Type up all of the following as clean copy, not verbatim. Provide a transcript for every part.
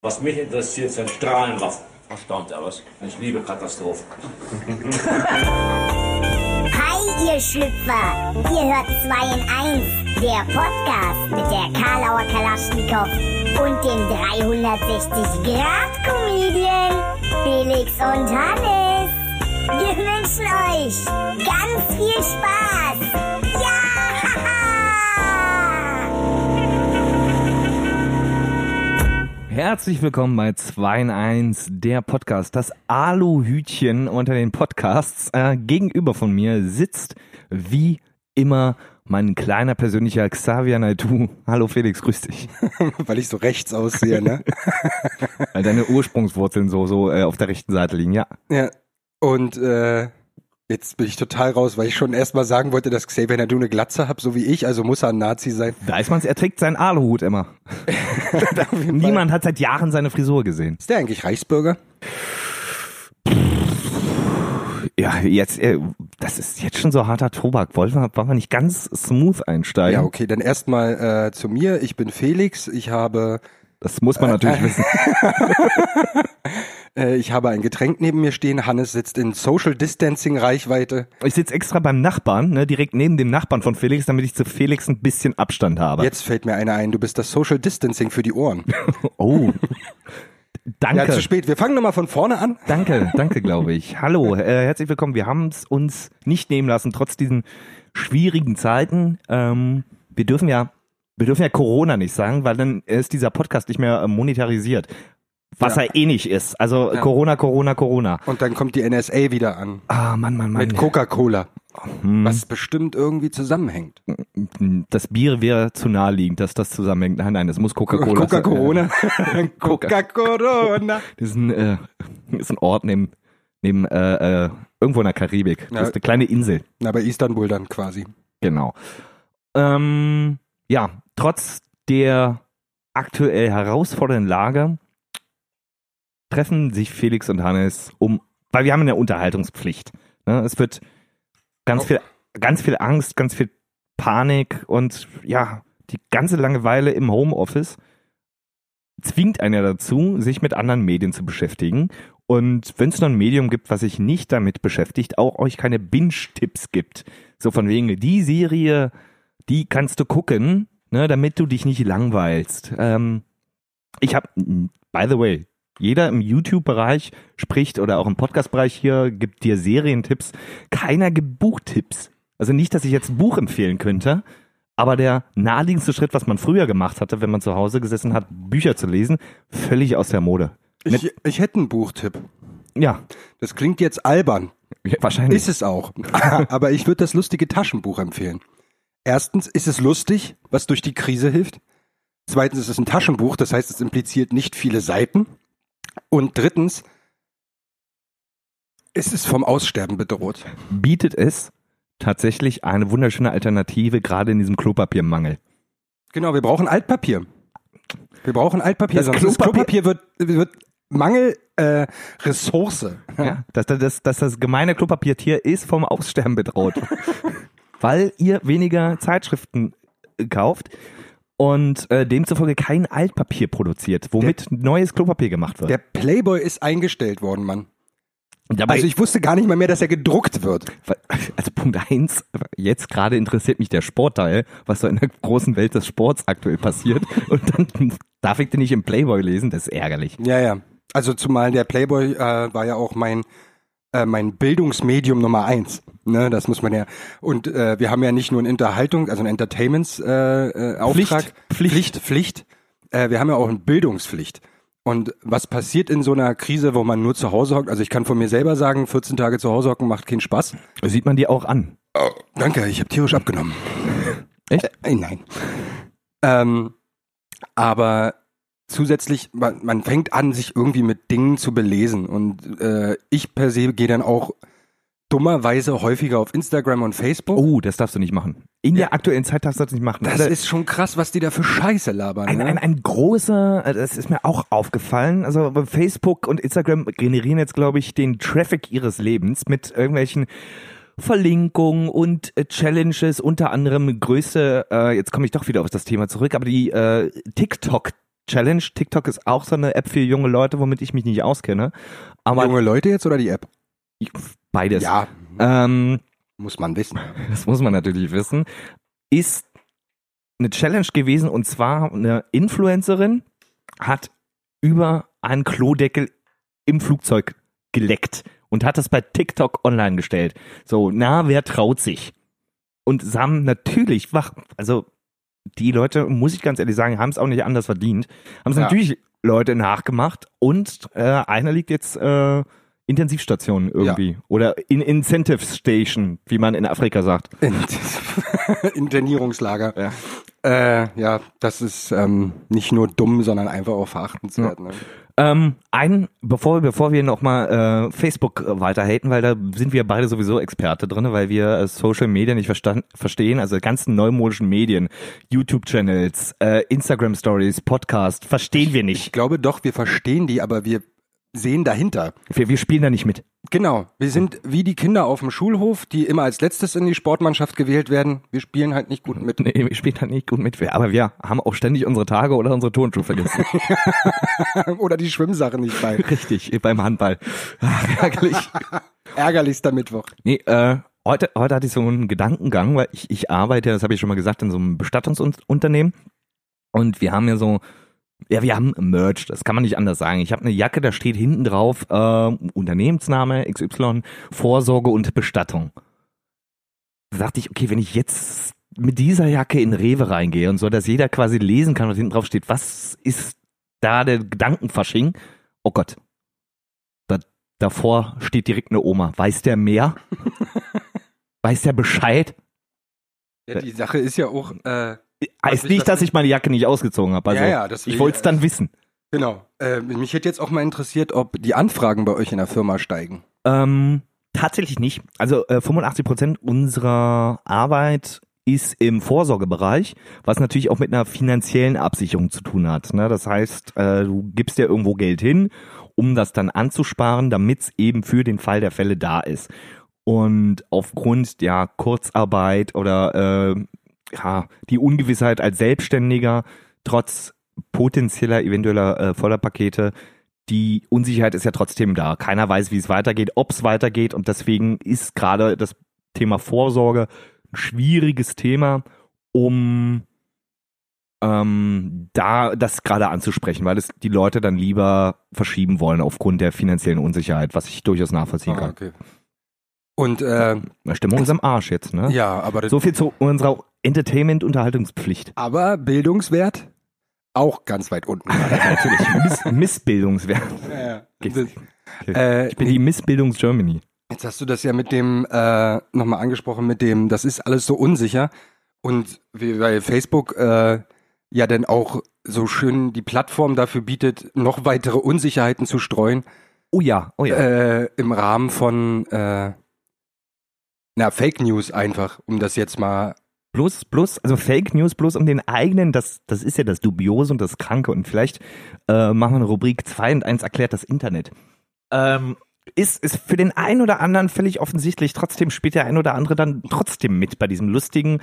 Was mich interessiert, sind Strahlenwaffen. Verstaunt er was? Ich liebe Katastrophen. Hi, ihr Schlüpfer! Ihr hört 2 in 1, der Podcast mit der Karlauer Kalaschnikow und dem 360-Grad-Comedian Felix und Hannes. Wir wünschen euch ganz viel Spaß! Ja! Herzlich willkommen bei 2 in 1, der Podcast, das Aluhütchen unter den Podcasts. Gegenüber von mir sitzt wie immer mein kleiner persönlicher Xavier Naidoo. Hallo Felix, grüß dich. Weil ich so rechts aussehe, ne? Weil deine Ursprungswurzeln so auf der rechten Seite liegen, ja. Ja, und jetzt bin ich total raus, weil ich schon erstmal sagen wollte, dass Xavier Naidoo eine Glatze hat, so wie ich, also muss er ein Nazi sein. Weiß man's, er trägt seinen Aluhut immer. Niemand hat seit Jahren seine Frisur gesehen. Ist der eigentlich Reichsbürger? Ja, jetzt, das ist jetzt schon so harter Tobak. Wollen wir nicht ganz smooth einsteigen? Ja, okay, dann erstmal zu mir. Ich bin Felix, ich habe... Das muss man natürlich wissen. Ich habe ein Getränk neben mir stehen. Hannes sitzt in Social Distancing Reichweite. Ich sitze extra beim Nachbarn, ne, direkt neben dem Nachbarn von Felix, damit ich zu Felix ein bisschen Abstand habe. Jetzt fällt mir einer ein, du bist das Social Distancing für die Ohren. Oh, danke. Ja, zu spät. Wir fangen nochmal von vorne an. Danke, glaube ich. Hallo, herzlich willkommen. Wir haben es uns nicht nehmen lassen, trotz diesen schwierigen Zeiten. Wir dürfen ja Corona nicht sagen, weil dann ist dieser Podcast nicht mehr monetarisiert. Was er eh nicht ist. Also ja. Corona. Und dann kommt die NSA wieder an. Ah, Mann. Mit Coca-Cola. Was bestimmt irgendwie zusammenhängt. Das Bier wäre zu naheliegend, dass das zusammenhängt. Nein, das muss Coca-Cola sein. Coca-Corona. Coca-Corona. Das ist ein Ort neben irgendwo in der Karibik. Das ist eine kleine Insel. Na, bei Istanbul dann quasi. Genau. Ja, trotz der aktuell herausfordernden Lage treffen sich Felix und Hannes weil wir haben eine Unterhaltungspflicht. Ne? Es wird ganz viel Angst, ganz viel Panik und ja, die ganze Langeweile im Homeoffice zwingt einen ja dazu, sich mit anderen Medien zu beschäftigen. Und wenn es noch ein Medium gibt, was sich nicht damit beschäftigt, auch euch keine Binge-Tipps gibt, so von wegen, die Serie, die kannst du gucken, ne, damit du dich nicht langweilst. Ich habe, by the way, jeder im YouTube-Bereich spricht oder auch im Podcast-Bereich hier gibt dir Serientipps. Keiner gibt Buchtipps. Also nicht, dass ich jetzt ein Buch empfehlen könnte, aber der naheliegendste Schritt, was man früher gemacht hatte, wenn man zu Hause gesessen hat, Bücher zu lesen, völlig aus der Mode. Ich hätte einen Buchtipp. Ja. Das klingt jetzt albern. Ja, wahrscheinlich. Ist es auch. Aber ich würde das lustige Taschenbuch empfehlen. Erstens ist es lustig, was durch die Krise hilft. Zweitens ist es ein Taschenbuch, das heißt, es impliziert nicht viele Seiten. Und drittens, ist es vom Aussterben bedroht. Bietet es tatsächlich eine wunderschöne Alternative, gerade in diesem Klopapiermangel. Genau, wir brauchen Altpapier. Das Klopapier wird Mangel Ressource. Ja, das gemeine Klopapiertier ist vom Aussterben bedroht. Weil ihr weniger Zeitschriften kauft und demzufolge kein Altpapier produziert, womit neues Klopapier gemacht wird. Der Playboy ist eingestellt worden, Mann. Dabei, also ich wusste gar nicht mal mehr, dass er gedruckt wird. Also Punkt 1, jetzt gerade interessiert mich der Sportteil, was so in der großen Welt des Sports aktuell passiert. Und dann darf ich den nicht im Playboy lesen, das ist ärgerlich. Ja. Also zumal der Playboy war ja auch mein Bildungsmedium Nummer 1. Ne, das muss man ja. Und wir haben ja nicht nur eine Unterhaltung, also einen Entertainments-Auftrag. Pflicht. Wir haben ja auch eine Bildungspflicht. Und was passiert in so einer Krise, wo man nur zu Hause hockt? Also ich kann von mir selber sagen, 14 Tage zu Hause hocken macht keinen Spaß. Sieht man dir auch an. Oh, danke, ich habe tierisch abgenommen. Echt? Nein. Aber zusätzlich, man fängt an, sich irgendwie mit Dingen zu belesen. Und ich per se gehe dann auch dummerweise häufiger auf Instagram und Facebook. Oh, das darfst du nicht machen. In der aktuellen Zeit darfst du das nicht machen. Das ist schon krass, was die da für Scheiße labern. Ein großer, das ist mir auch aufgefallen, also Facebook und Instagram generieren jetzt, glaube ich, den Traffic ihres Lebens mit irgendwelchen Verlinkungen und Challenges, unter anderem größte, jetzt komme ich doch wieder auf das Thema zurück, aber die TikTok Challenge. TikTok ist auch so eine App für junge Leute, womit ich mich nicht auskenne. Aber Junge Leute jetzt oder die App? beides. Ja, muss man wissen. Das muss man natürlich wissen. Ist eine Challenge gewesen, und zwar eine Influencerin hat über einen Klodeckel im Flugzeug geleckt und hat das bei TikTok online gestellt. So, wer traut sich? Und es haben natürlich, also die Leute, muss ich ganz ehrlich sagen, haben es auch nicht anders verdient. Haben es natürlich Leute nachgemacht, und einer liegt jetzt Intensivstation irgendwie. Ja. Oder in Incentive Station, wie man in Afrika sagt. Internierungslager. Ja. Das ist nicht nur dumm, sondern einfach auch verachtenswert. Ja. Ne? Bevor wir nochmal Facebook weiterhaten, weil da sind wir beide sowieso Experte drin, weil wir Social Media nicht verstehen, also ganzen neumodischen Medien, YouTube-Channels, Instagram-Stories, Podcast, verstehen wir nicht. Ich glaube doch, wir verstehen die, aber wir sehen dahinter. Wir spielen da nicht mit. Genau, wir sind wie die Kinder auf dem Schulhof, die immer als letztes in die Sportmannschaft gewählt werden. Wir spielen halt nicht gut mit. Nee, wir spielen halt nicht gut mit. Aber wir haben auch ständig unsere Tage oder unsere Turnschuhe vergessen. Oder die Schwimmsache nicht bei. Richtig, beim Handball. Ärgerlich. Ärgerlichster Mittwoch. Nee, heute hatte ich so einen Gedankengang, weil ich arbeite, das habe ich schon mal gesagt, in so einem Bestattungsunternehmen. Und wir haben wir haben Merch, das kann man nicht anders sagen. Ich habe eine Jacke, da steht hinten drauf Unternehmensname XY, Vorsorge und Bestattung. Da dachte ich, okay, wenn ich jetzt mit dieser Jacke in Rewe reingehe und so, dass jeder quasi lesen kann, was hinten drauf steht, was ist da der Gedankenfasching? Oh Gott, davor steht direkt eine Oma. Weiß der mehr? Weiß der Bescheid? Ja, die Sache ist ja auch... heißt nicht, dass ich meine Jacke nicht ausgezogen habe. Also ich wollte es dann wissen. Genau. Mich hätte jetzt auch mal interessiert, ob die Anfragen bei euch in der Firma steigen. Tatsächlich nicht. Also 85% unserer Arbeit ist im Vorsorgebereich, was natürlich auch mit einer finanziellen Absicherung zu tun hat. Ne? Das heißt, du gibst ja irgendwo Geld hin, um das dann anzusparen, damit es eben für den Fall der Fälle da ist. Und aufgrund der Kurzarbeit oder die Ungewissheit als Selbstständiger, trotz potenzieller, eventueller Förderpakete, die Unsicherheit ist ja trotzdem da. Keiner weiß, wie es weitergeht, ob es weitergeht, und deswegen ist gerade das Thema Vorsorge ein schwieriges Thema, um da das gerade anzusprechen, weil es die Leute dann lieber verschieben wollen aufgrund der finanziellen Unsicherheit, was ich durchaus nachvollziehen kann. Okay. Und Stimmung ist am Arsch jetzt, ne? Ja, aber so viel zu unserer Entertainment-Unterhaltungspflicht. Aber Bildungswert auch ganz weit unten. Natürlich. Missbildungswert. Ja. Ich bin die Missbildungs Germany. Jetzt hast du das ja mit dem nochmal angesprochen, mit dem, das ist alles so unsicher. Und weil Facebook ja dann auch so schön die Plattform dafür bietet, noch weitere Unsicherheiten zu streuen. Oh ja. Im Rahmen von Fake News einfach, um das jetzt mal... Also Fake News bloß um den eigenen, das ist ja das Dubiose und das Kranke, und vielleicht machen wir eine Rubrik 2 und 1 erklärt das Internet. Ist für den einen oder anderen völlig offensichtlich, trotzdem spielt der ein oder andere dann trotzdem mit bei diesem lustigen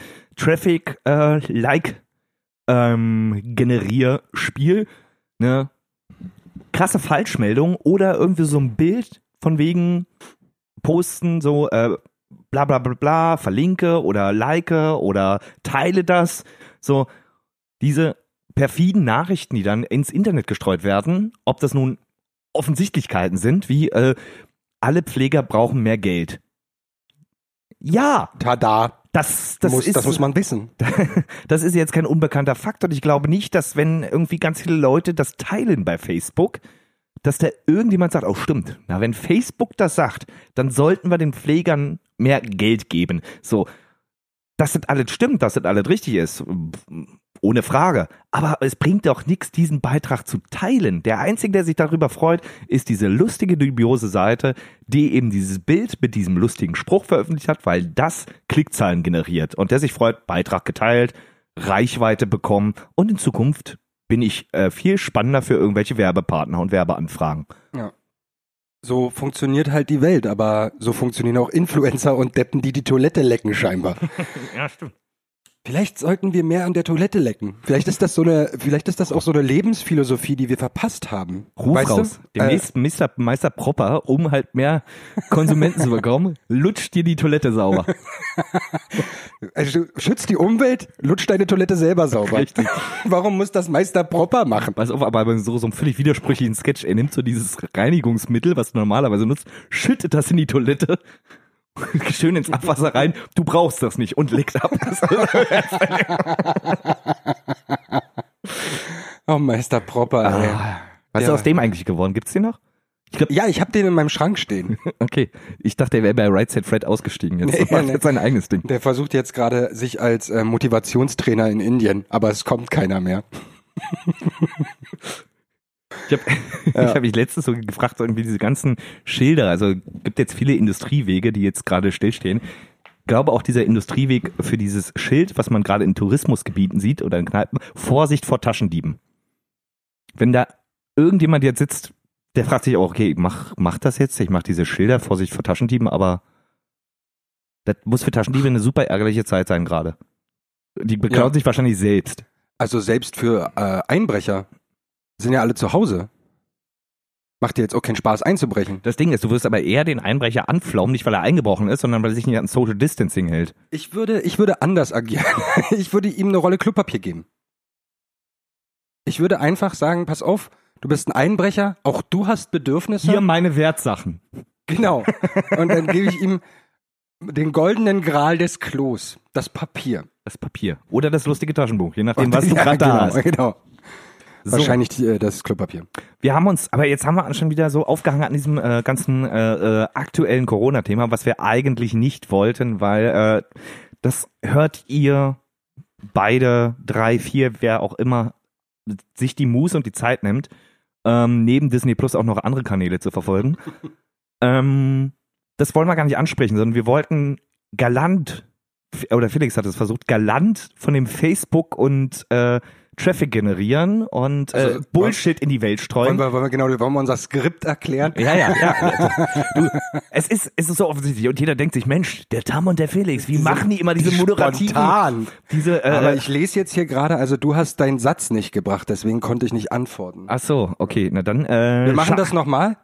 Traffic-Like-Generierspiel, ne? Krasse Falschmeldung oder irgendwie so ein Bild von wegen posten, so bla bla bla bla, verlinke oder like oder teile das. So, diese perfiden Nachrichten, die dann ins Internet gestreut werden, ob das nun Offensichtlichkeiten sind, wie alle Pfleger brauchen mehr Geld. Ja. Tada. Das muss man wissen. Das ist jetzt kein unbekannter Fakt, und ich glaube nicht, dass wenn irgendwie ganz viele Leute das teilen bei Facebook, dass da irgendjemand sagt, oh stimmt, na, wenn Facebook das sagt, dann sollten wir den Pflegern mehr Geld geben. So, dass das alles stimmt, dass das alles richtig ist, ohne Frage. Aber es bringt doch nichts, diesen Beitrag zu teilen. Der Einzige, der sich darüber freut, ist diese lustige, dubiose Seite, die eben dieses Bild mit diesem lustigen Spruch veröffentlicht hat, weil das Klickzahlen generiert. Und der sich freut, Beitrag geteilt, Reichweite bekommen, und in Zukunft bin ich viel spannender für irgendwelche Werbepartner und Werbeanfragen. Ja. So funktioniert halt die Welt, aber so funktionieren auch Influencer und Deppen, die die Toilette lecken scheinbar. Ja, stimmt. Vielleicht sollten wir mehr an der Toilette lecken. Vielleicht ist das auch so eine Lebensphilosophie, die wir verpasst haben. Ruf weißt raus. du? Demnächst Meister Propper, um halt mehr Konsumenten zu bekommen, lutscht dir die Toilette sauber. Also schütz die Umwelt, lutsch deine Toilette selber sauber. Richtig. Warum muss das Meister Propper machen? Pass auf, aber bei so einem völlig widersprüchlichen Sketch, er nimmt so dieses Reinigungsmittel, was du normalerweise nutzt, schüttet das in die Toilette, schön ins Abwasser rein, du brauchst das nicht und legt ab. Oh, Meister Propper, ey. Was ist aus dem eigentlich geworden? Gibt's den noch? Ich habe den in meinem Schrank stehen. Okay, ich dachte, er wäre bei Right Said Fred ausgestiegen. Jetzt macht jetzt sein eigenes Ding. Der versucht jetzt gerade sich als Motivationstrainer in Indien, aber es kommt keiner mehr. Ich hab mich letztens so gefragt, irgendwie diese ganzen Schilder, also gibt jetzt viele Industriewege, die jetzt gerade stillstehen. Ich glaube auch dieser Industrieweg für dieses Schild, was man gerade in Tourismusgebieten sieht oder in Kneipen, Vorsicht vor Taschendieben. Wenn da irgendjemand jetzt sitzt, der fragt sich auch, okay, mach das jetzt, ich mach diese Schilder, Vorsicht vor Taschendieben, aber das muss für Taschendiebe eine super ärgerliche Zeit sein gerade. Die beklauen sich wahrscheinlich selbst. Also selbst für Einbrecher sind ja alle zu Hause. Macht dir jetzt auch keinen Spaß einzubrechen. Das Ding ist, du wirst aber eher den Einbrecher anflaumen, nicht weil er eingebrochen ist, sondern weil er sich nicht an Social Distancing hält. Ich würde anders agieren. Ich würde ihm eine Rolle Klopapier geben. Ich würde einfach sagen, pass auf, du bist ein Einbrecher, auch du hast Bedürfnisse. Hier meine Wertsachen. Genau. Und dann gebe ich ihm den goldenen Gral des Klos, das Papier. Das Papier. Oder das lustige Taschenbuch, je nachdem, was du gerade da hast. Genau. So. Wahrscheinlich das Klopapier. Aber jetzt haben wir schon wieder so aufgehangen an diesem ganzen aktuellen Corona-Thema, was wir eigentlich nicht wollten, weil das hört ihr beide, 3, 4, wer auch immer sich die Muße und die Zeit nimmt, neben Disney Plus auch noch andere Kanäle zu verfolgen. Das wollen wir gar nicht ansprechen, sondern wir wollten galant, oder Felix hat es versucht, galant von dem Facebook und Traffic generieren und Bullshit in die Welt streuen. Wollen wir unser Skript erklären? Ja. Es ist so offensichtlich und jeder denkt sich, Mensch, der Tam und der Felix, wie machen die immer diese moderativen... Spontan. Aber Aber ich lese jetzt hier gerade, also du hast deinen Satz nicht gebracht, deswegen konnte ich nicht antworten. Ach so, okay, na dann... Wir machen das nochmal.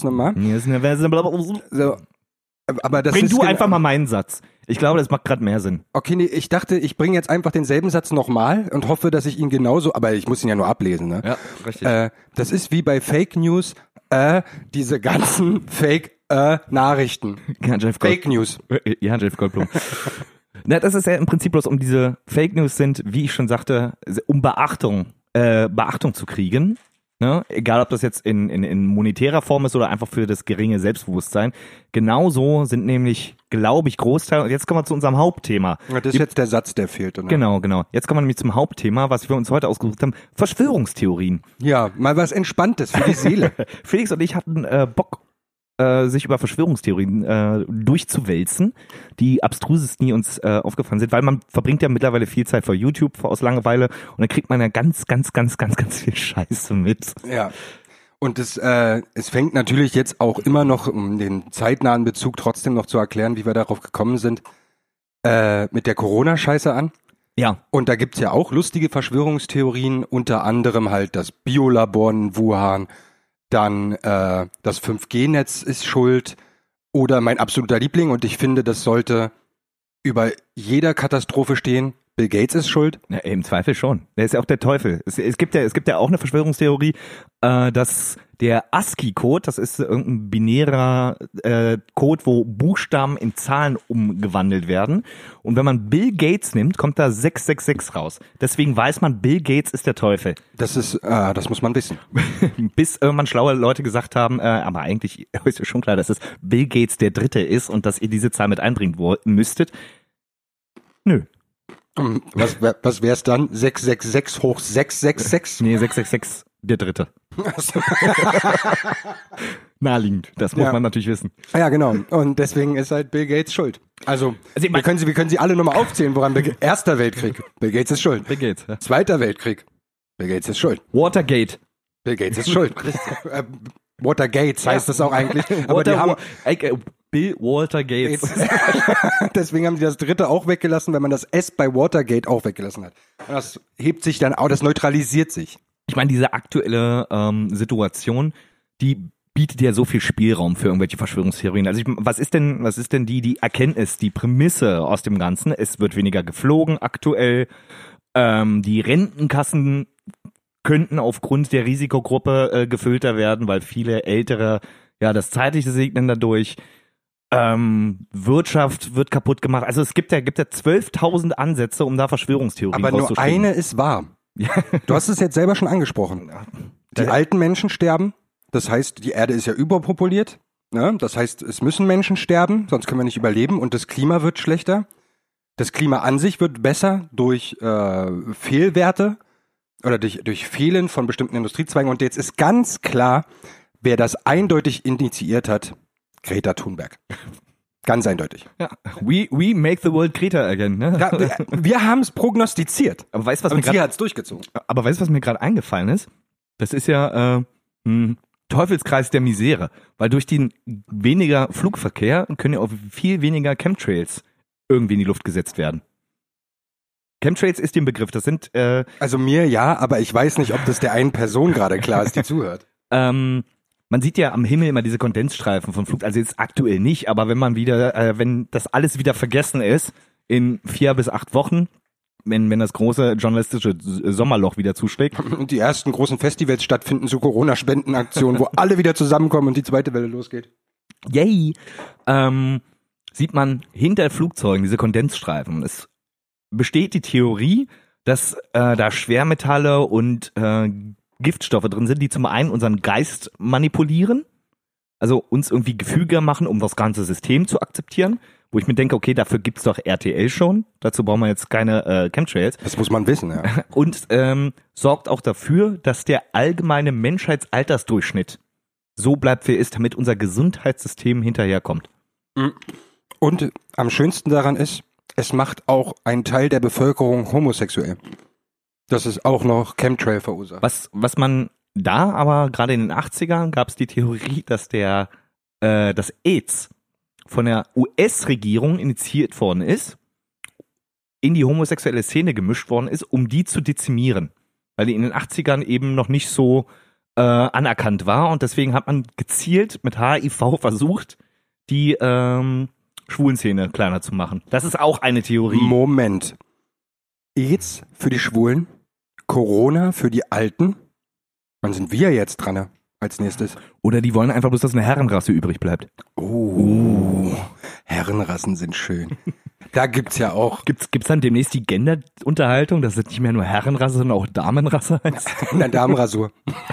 So. Aber das Bring ist du einfach mal meinen Satz. Ich glaube, das macht gerade mehr Sinn. Okay, nee, ich dachte, ich bringe jetzt einfach denselben Satz nochmal und hoffe, dass ich ihn genauso, aber ich muss ihn ja nur ablesen, ne? Ja, richtig. Das ist wie bei Fake News, diese ganzen Fake-Nachrichten. Fake News. Ja, Jeff Goldblum. Na, das ist ja im Prinzip bloß um diese Fake News sind, wie ich schon sagte, um Beachtung zu kriegen. Ne? Egal, ob das jetzt in monetärer Form ist oder einfach für das geringe Selbstbewusstsein. Genauso sind nämlich, glaube ich, Großteil, und jetzt kommen wir zu unserem Hauptthema. Ja, das ist jetzt der Satz, der fehlt, oder? Genau. Jetzt kommen wir nämlich zum Hauptthema, was wir uns heute ausgesucht haben, Verschwörungstheorien. Ja, mal was Entspanntes für die Seele. Felix und ich hatten Bock, sich über Verschwörungstheorien durchzuwälzen, die abstrusesten, die uns aufgefallen sind, weil man verbringt ja mittlerweile viel Zeit vor YouTube aus Langeweile und dann kriegt man ja ganz viel Scheiße mit. Ja. Und es fängt natürlich jetzt auch immer noch, um den zeitnahen Bezug trotzdem noch zu erklären, wie wir darauf gekommen sind, mit der Corona-Scheiße an. Ja. Und da gibt's ja auch lustige Verschwörungstheorien, unter anderem halt das Biolabor in Wuhan, dann das 5G-Netz ist schuld oder mein absoluter Liebling und ich finde, das sollte über jeder Katastrophe stehen, Bill Gates ist schuld. Ja, im Zweifel schon. Der ist ja auch der Teufel. Es gibt ja auch eine Verschwörungstheorie, dass der ASCII-Code, das ist irgendein binärer Code, wo Buchstaben in Zahlen umgewandelt werden. Und wenn man Bill Gates nimmt, kommt da 666 raus. Deswegen weiß man, Bill Gates ist der Teufel. Das muss man wissen. Bis irgendwann schlaue Leute gesagt haben, aber eigentlich ist ja schon klar, dass es Bill Gates der Dritte ist und dass ihr diese Zahl mit einbringen müsstet. Nö. Was wär's dann? 666 hoch 666? Nee, 666 der Dritte. Naheliegend, das muss man natürlich wissen. Ja, genau. Und deswegen ist halt Bill Gates schuld. Also wir können sie alle nochmal aufzählen, woran Erster Weltkrieg. Bill Gates ist schuld. Bill Gates. Ja. Zweiter Weltkrieg. Bill Gates ist schuld. Watergate. Bill Gates ist schuld. Watergates heißt das auch eigentlich. Aber Bill Walter Gates. Deswegen haben sie das dritte auch weggelassen, weil man das S bei Watergate auch weggelassen hat. Und das hebt sich dann auch, das neutralisiert sich. Ich meine, diese aktuelle Situation, die bietet ja so viel Spielraum für irgendwelche Verschwörungstheorien. Also was ist denn die Erkenntnis, die Prämisse aus dem Ganzen? Es wird weniger geflogen aktuell. Die Rentenkassen könnten aufgrund der Risikogruppe gefüllter werden, weil viele Ältere ja das Zeitliche segnen dadurch. Wirtschaft wird kaputt gemacht. Also es gibt ja 12.000 Ansätze, um da Verschwörungstheorien Aber nur eine ist wahr. Du hast es jetzt selber schon angesprochen. Die alten Menschen sterben. Das heißt, die Erde ist ja überpopuliert. Ne? Das heißt, es müssen Menschen sterben, sonst können wir nicht überleben. Und das Klima wird schlechter. Das Klima an sich wird besser durch Fehlwerte oder durch Fehlen von bestimmten Industriezweigen. Und jetzt ist ganz klar, wer das eindeutig initiiert hat, Greta Thunberg. Ganz eindeutig. Ja. We make the world Greta again. Ne? Ja, wir haben es prognostiziert. Aber weißt du, und sie hat es durchgezogen. Aber weißt du, was mir gerade eingefallen ist? Das ist ja Teufelskreis der Misere. Weil durch den weniger Flugverkehr können ja auch viel weniger Chemtrails irgendwie in die Luft gesetzt werden. Chemtrails ist dem Begriff. Das sind also mir ja, aber ich weiß nicht, ob das der einen Person gerade klar ist, die zuhört. Man sieht ja am Himmel immer diese Kondensstreifen von Flug, also jetzt aktuell nicht, aber wenn das alles wieder vergessen ist, in 4 bis 8 Wochen, wenn das große journalistische Sommerloch wieder zuschlägt. Und die ersten großen Festivals stattfinden zu Corona-Spendenaktionen, wo alle wieder zusammenkommen und die zweite Welle losgeht. Yay! Sieht man hinter Flugzeugen diese Kondensstreifen. Es besteht die Theorie, dass da Schwermetalle und Giftstoffe drin sind, die zum einen unseren Geist manipulieren, also uns irgendwie gefügiger machen, um das ganze System zu akzeptieren, wo ich mir denke, okay, dafür gibt's doch RTL schon, dazu brauchen wir jetzt keine Chemtrails. Das muss man wissen, ja. Und sorgt auch dafür, dass der allgemeine Menschheitsaltersdurchschnitt so bleibt, wie er ist, damit unser Gesundheitssystem hinterherkommt. Und am schönsten daran ist, es macht auch einen Teil der Bevölkerung homosexuell. Das ist auch noch Chemtrail verursacht. Was man da aber gerade in den 80ern gab es die Theorie, dass das AIDS von der US-Regierung initiiert worden ist, in die homosexuelle Szene gemischt worden ist, um die zu dezimieren. Weil die in den 80ern eben noch nicht so anerkannt war und deswegen hat man gezielt mit HIV versucht, die Schwulenszene kleiner zu machen. Das ist auch eine Theorie. Moment. AIDS für die Schwulen, Corona für die Alten. Wann sind wir jetzt dran als nächstes? Oder die wollen einfach bloß, dass eine Herrenrasse übrig bleibt. Herrenrassen sind schön. Da gibt's ja auch. Gibt's dann demnächst die Gender-Unterhaltung, dass es nicht mehr nur Herrenrasse, sondern auch Damenrasse heißt? Na, Damenrasur.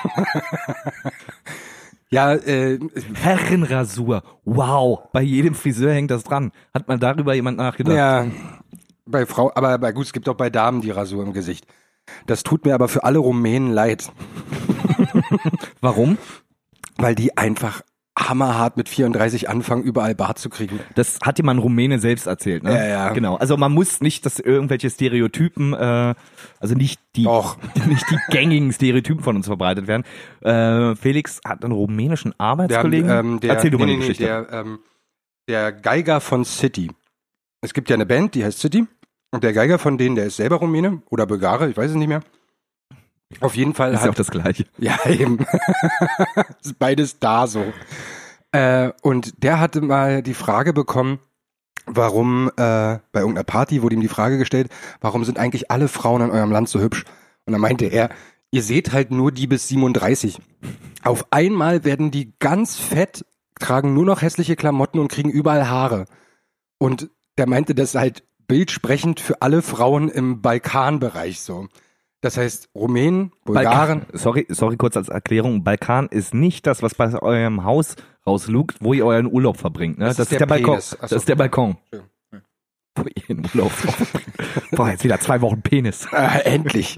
Ja, Herrenrasur. Wow. Bei jedem Friseur hängt das dran. Hat mal darüber jemand nachgedacht? Ja, bei Frau, aber gut, es gibt auch bei Damen die Rasur im Gesicht. Das tut mir aber für alle Rumänen leid. Warum? Weil die einfach hammerhart mit 34 anfangen, überall Bart zu kriegen. Das hat dir mal ein Rumäne selbst erzählt, ne? Ja. Genau. Also man muss nicht, dass irgendwelche Stereotypen, also nicht die gängigen Stereotypen von uns verbreitet werden. Felix hat einen rumänischen Arbeitskollegen. Erzähl du mal die Geschichte. Der Geiger von City. Es gibt ja eine Band, die heißt City. Und der Geiger von denen, der ist selber Rumäne oder Bulgare, ich weiß es nicht mehr. Auf jeden Fall ist ja auch das Gleiche. Ja, eben. Ist beides da so. Und der hatte mal die Frage bekommen, warum, bei irgendeiner Party wurde ihm die Frage gestellt, warum sind eigentlich alle Frauen in eurem Land so hübsch? Und dann meinte er, ihr seht halt nur die bis 37. Auf einmal werden die ganz fett, tragen nur noch hässliche Klamotten und kriegen überall Haare. Und der meinte, das ist halt bildsprechend für alle Frauen im Balkanbereich so. Das heißt, Rumänen, Bulgaren. Sorry, kurz als Erklärung. Balkan ist nicht das, was bei eurem Haus rauslugt, wo ihr euren Urlaub verbringt. Ne? Das ist der Balkon. Das ist der Balkon. Ja. Wo ihr den Urlaub verbringt. Boah, jetzt wieder 2 Wochen Penis. Endlich.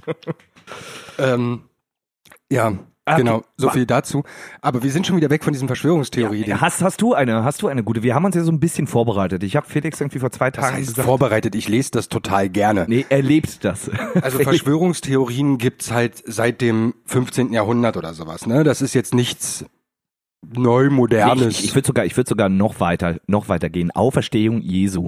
Ja, genau. So viel dazu. Aber wir sind schon wieder weg von diesen Verschwörungstheorien. Ja, hast du eine gute? Wir haben uns ja so ein bisschen vorbereitet. Ich habe Felix irgendwie vor 2 Tagen gesagt. Vorbereitet, ich lese das total gerne. Nee, er lebt das. Also Verschwörungstheorien gibt's halt seit dem 15. Jahrhundert oder sowas. Ne? Das ist jetzt nichts neu modernes. Ich würde sogar noch weiter gehen. Auferstehung Jesu.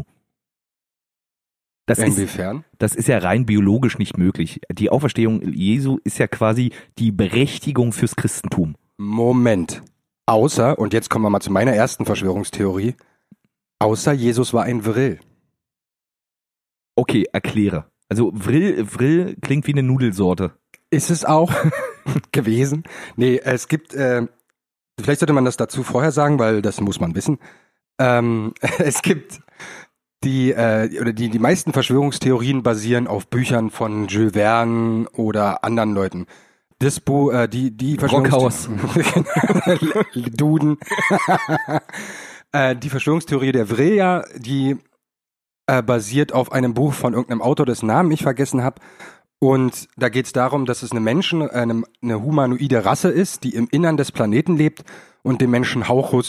Inwiefern? Das ist ja rein biologisch nicht möglich. Die Auferstehung Jesu ist ja quasi die Berechtigung fürs Christentum. Moment. Außer, und jetzt kommen wir mal zu meiner ersten Verschwörungstheorie, außer Jesus war ein Vrill. Okay, erkläre. Also Vrill klingt wie eine Nudelsorte. Ist es auch gewesen? Nee, es gibt, vielleicht sollte man das dazu vorher sagen, weil das muss man wissen. Es gibt die meisten Verschwörungstheorien basieren auf Büchern von Jules Verne oder anderen Leuten. Das Buch, die Brockhaus. Duden. Die Verschwörungstheorie der Vril, die basiert auf einem Buch von irgendeinem Autor, dessen Namen ich vergessen habe. Und da geht es darum, dass es eine humanoide Rasse ist, die im Innern des Planeten lebt und den Menschen Hauchos,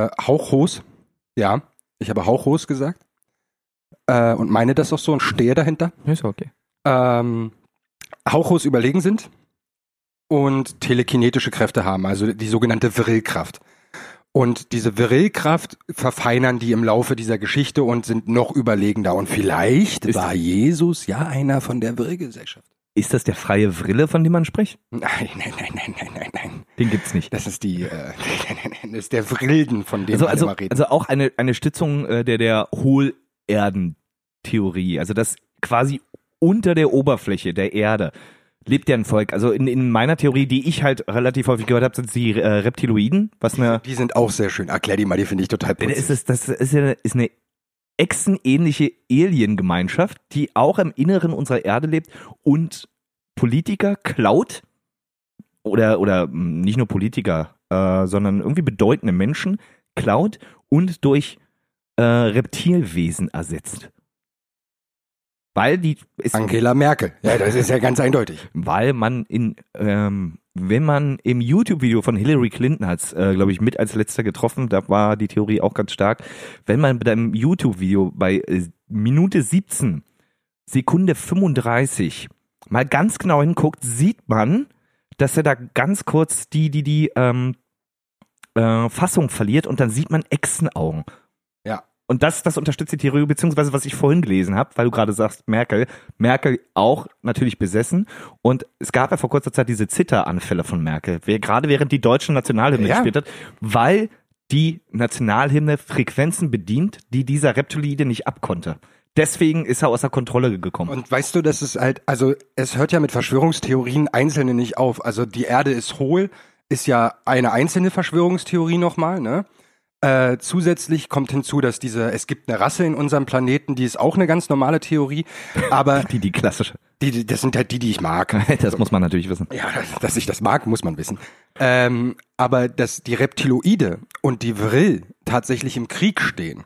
ja, ich habe Hauchos gesagt und meine das auch so und stehe dahinter. Ist okay. Hauchos überlegen sind und telekinetische Kräfte haben, also die sogenannte Vril-Kraft. Und diese Vril-Kraft verfeinern die im Laufe dieser Geschichte und sind noch überlegender. Und vielleicht war Jesus ja einer von der Vril-Gesellschaft. Ist das der freie Vrille, von dem man spricht? Nein. Den gibt's nicht. Das ist das ist der Vrilden, von dem wir immer reden. Also auch eine Stützung der Hohlerdentheorie. Also das quasi unter der Oberfläche der Erde lebt ja ein Volk. Also in meiner Theorie, die ich halt relativ häufig gehört habe, sind die Reptiloiden. Die sind auch sehr schön. Erklär die mal, die finde ich total putzig. Das ist eine echsenähnliche Alien-Gemeinschaft, die auch im Inneren unserer Erde lebt und Politiker klaut oder nicht nur Politiker, sondern irgendwie bedeutende Menschen klaut und durch Reptilwesen ersetzt. Weil Angela Merkel. Ja, das ist ja ganz eindeutig. Weil man wenn man im YouTube-Video von Hillary Clinton hat's, glaube ich, mit als letzter getroffen, da war die Theorie auch ganz stark, wenn man bei einem YouTube-Video bei Minute 17, Sekunde 35 mal ganz genau hinguckt, sieht man, dass er da ganz kurz die Fassung verliert und dann sieht man Echsenaugen. Ja. Und das unterstützt die Theorie, beziehungsweise was ich vorhin gelesen habe, weil du gerade sagst, Merkel auch natürlich besessen. Und es gab ja vor kurzer Zeit diese Zitteranfälle von Merkel, gerade während die deutsche Nationalhymne gespielt hat, weil die Nationalhymne Frequenzen bedient, die dieser Reptiloide nicht abkonnte. Deswegen ist er außer Kontrolle gekommen. Und weißt du, das ist halt, also es hört ja mit Verschwörungstheorien einzelne nicht auf. Also die Erde ist hohl, ist ja eine einzelne Verschwörungstheorie nochmal, ne? Zusätzlich kommt hinzu, dass es gibt eine Rasse in unserem Planeten, die ist auch eine ganz normale Theorie, aber die klassische. Das sind halt die ich mag. Das muss man natürlich wissen. Ja, dass ich das mag, muss man wissen. Aber dass die Reptiloide und die Vril tatsächlich im Krieg stehen,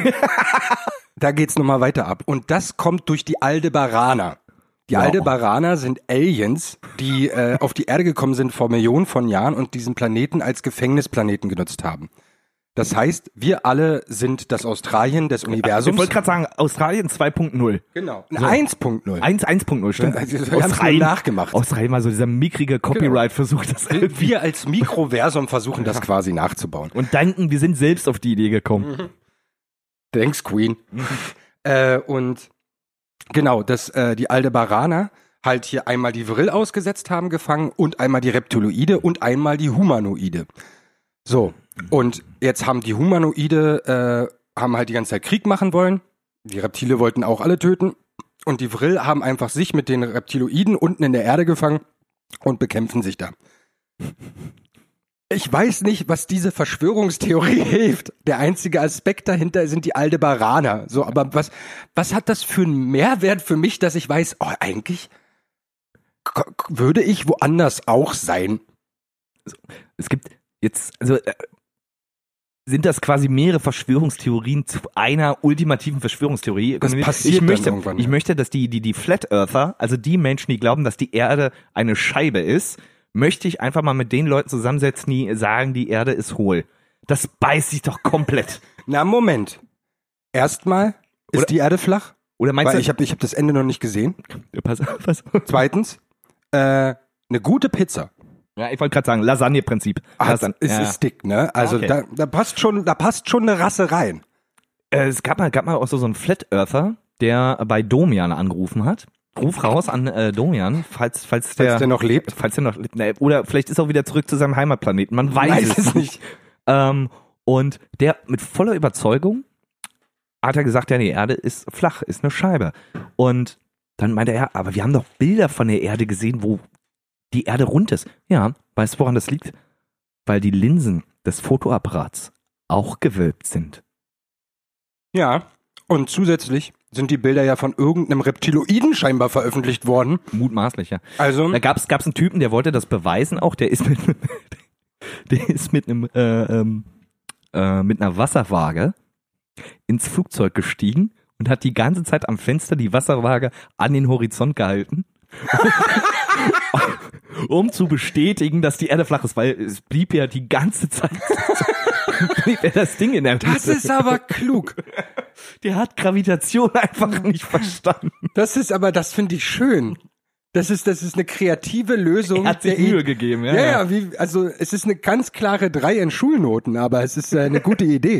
da geht's nochmal weiter ab. Und das kommt durch die Aldebaraner. Die Aldebaraner sind Aliens, die auf die Erde gekommen sind vor Millionen von Jahren und diesen Planeten als Gefängnisplaneten genutzt haben. Das heißt, wir alle sind das Australien des Universums. Ich wollte gerade sagen, Australien 2.0. Genau. So. 1.0. 1.0, stimmt. Also, wir haben es nur nachgemacht. Australien mal so dieser mickrige Copyright-Versuch. Das wir als Mikroversum versuchen das quasi nachzubauen. Und danken, wir sind selbst auf die Idee gekommen. Thanks, Queen. Und genau, dass die Aldebaraner halt hier einmal die Vril ausgesetzt haben, gefangen, und einmal die Reptiloide und einmal die Humanoide. So, und jetzt haben die Humanoide haben halt die ganze Zeit Krieg machen wollen. Die Reptile wollten auch alle töten. Und die Vril haben einfach sich mit den Reptiloiden unten in der Erde gefangen und bekämpfen sich da. Ich weiß nicht, was diese Verschwörungstheorie hilft. Der einzige Aspekt dahinter sind die Aldebaraner. So, aber was hat das für einen Mehrwert für mich, dass ich weiß, eigentlich würde ich woanders auch sein? Es gibt jetzt, also sind das quasi mehrere Verschwörungstheorien zu einer ultimativen Verschwörungstheorie? Das passiert dann irgendwann. Ich möchte, dass die Flat Earther, also die Menschen, die glauben, dass die Erde eine Scheibe ist, möchte ich einfach mal mit den Leuten zusammensetzen, die sagen, die Erde ist hohl. Das beißt sich doch komplett. Na, Moment. Erstmal, ist die Erde flach? Oder meinst du? Ich hab das Ende noch nicht gesehen. Pass auf. Zweitens, eine gute Pizza Ja, ich wollte gerade sagen, Lasagne-Prinzip. Es ist dick, ne? Also Okay. da passt schon eine Rasse rein. Es gab mal auch so einen Flat Earther, der bei Domian angerufen hat. Ruf raus an Domian, falls der noch lebt. Falls der noch lebt. Oder vielleicht ist er auch wieder zurück zu seinem Heimatplaneten. Man weiß es nicht. Und der mit voller Überzeugung hat er gesagt, ja, die Erde ist flach, ist eine Scheibe. Und dann meinte er, aber wir haben doch Bilder von der Erde gesehen, wo die Erde rund ist. Ja, weißt du, woran das liegt? Weil die Linsen des Fotoapparats auch gewölbt sind. Ja, und zusätzlich sind die Bilder ja von irgendeinem Reptiloiden scheinbar veröffentlicht worden. Mutmaßlich, ja. Also Da gab's einen Typen, der wollte das beweisen auch, der ist mit einer Wasserwaage ins Flugzeug gestiegen und hat die ganze Zeit am Fenster die Wasserwaage an den Horizont gehalten, um zu bestätigen, dass die Erde flach ist, weil es blieb ja die ganze Zeit blieb ja das Ding in der Mitte. das ist aber klug. Der hat Gravitation einfach nicht verstanden. Das finde ich schön. Das ist eine kreative Lösung. Er hat sich Mühe gegeben, ja. Ja, also es ist eine ganz klare 3 in Schulnoten, aber es ist eine gute Idee.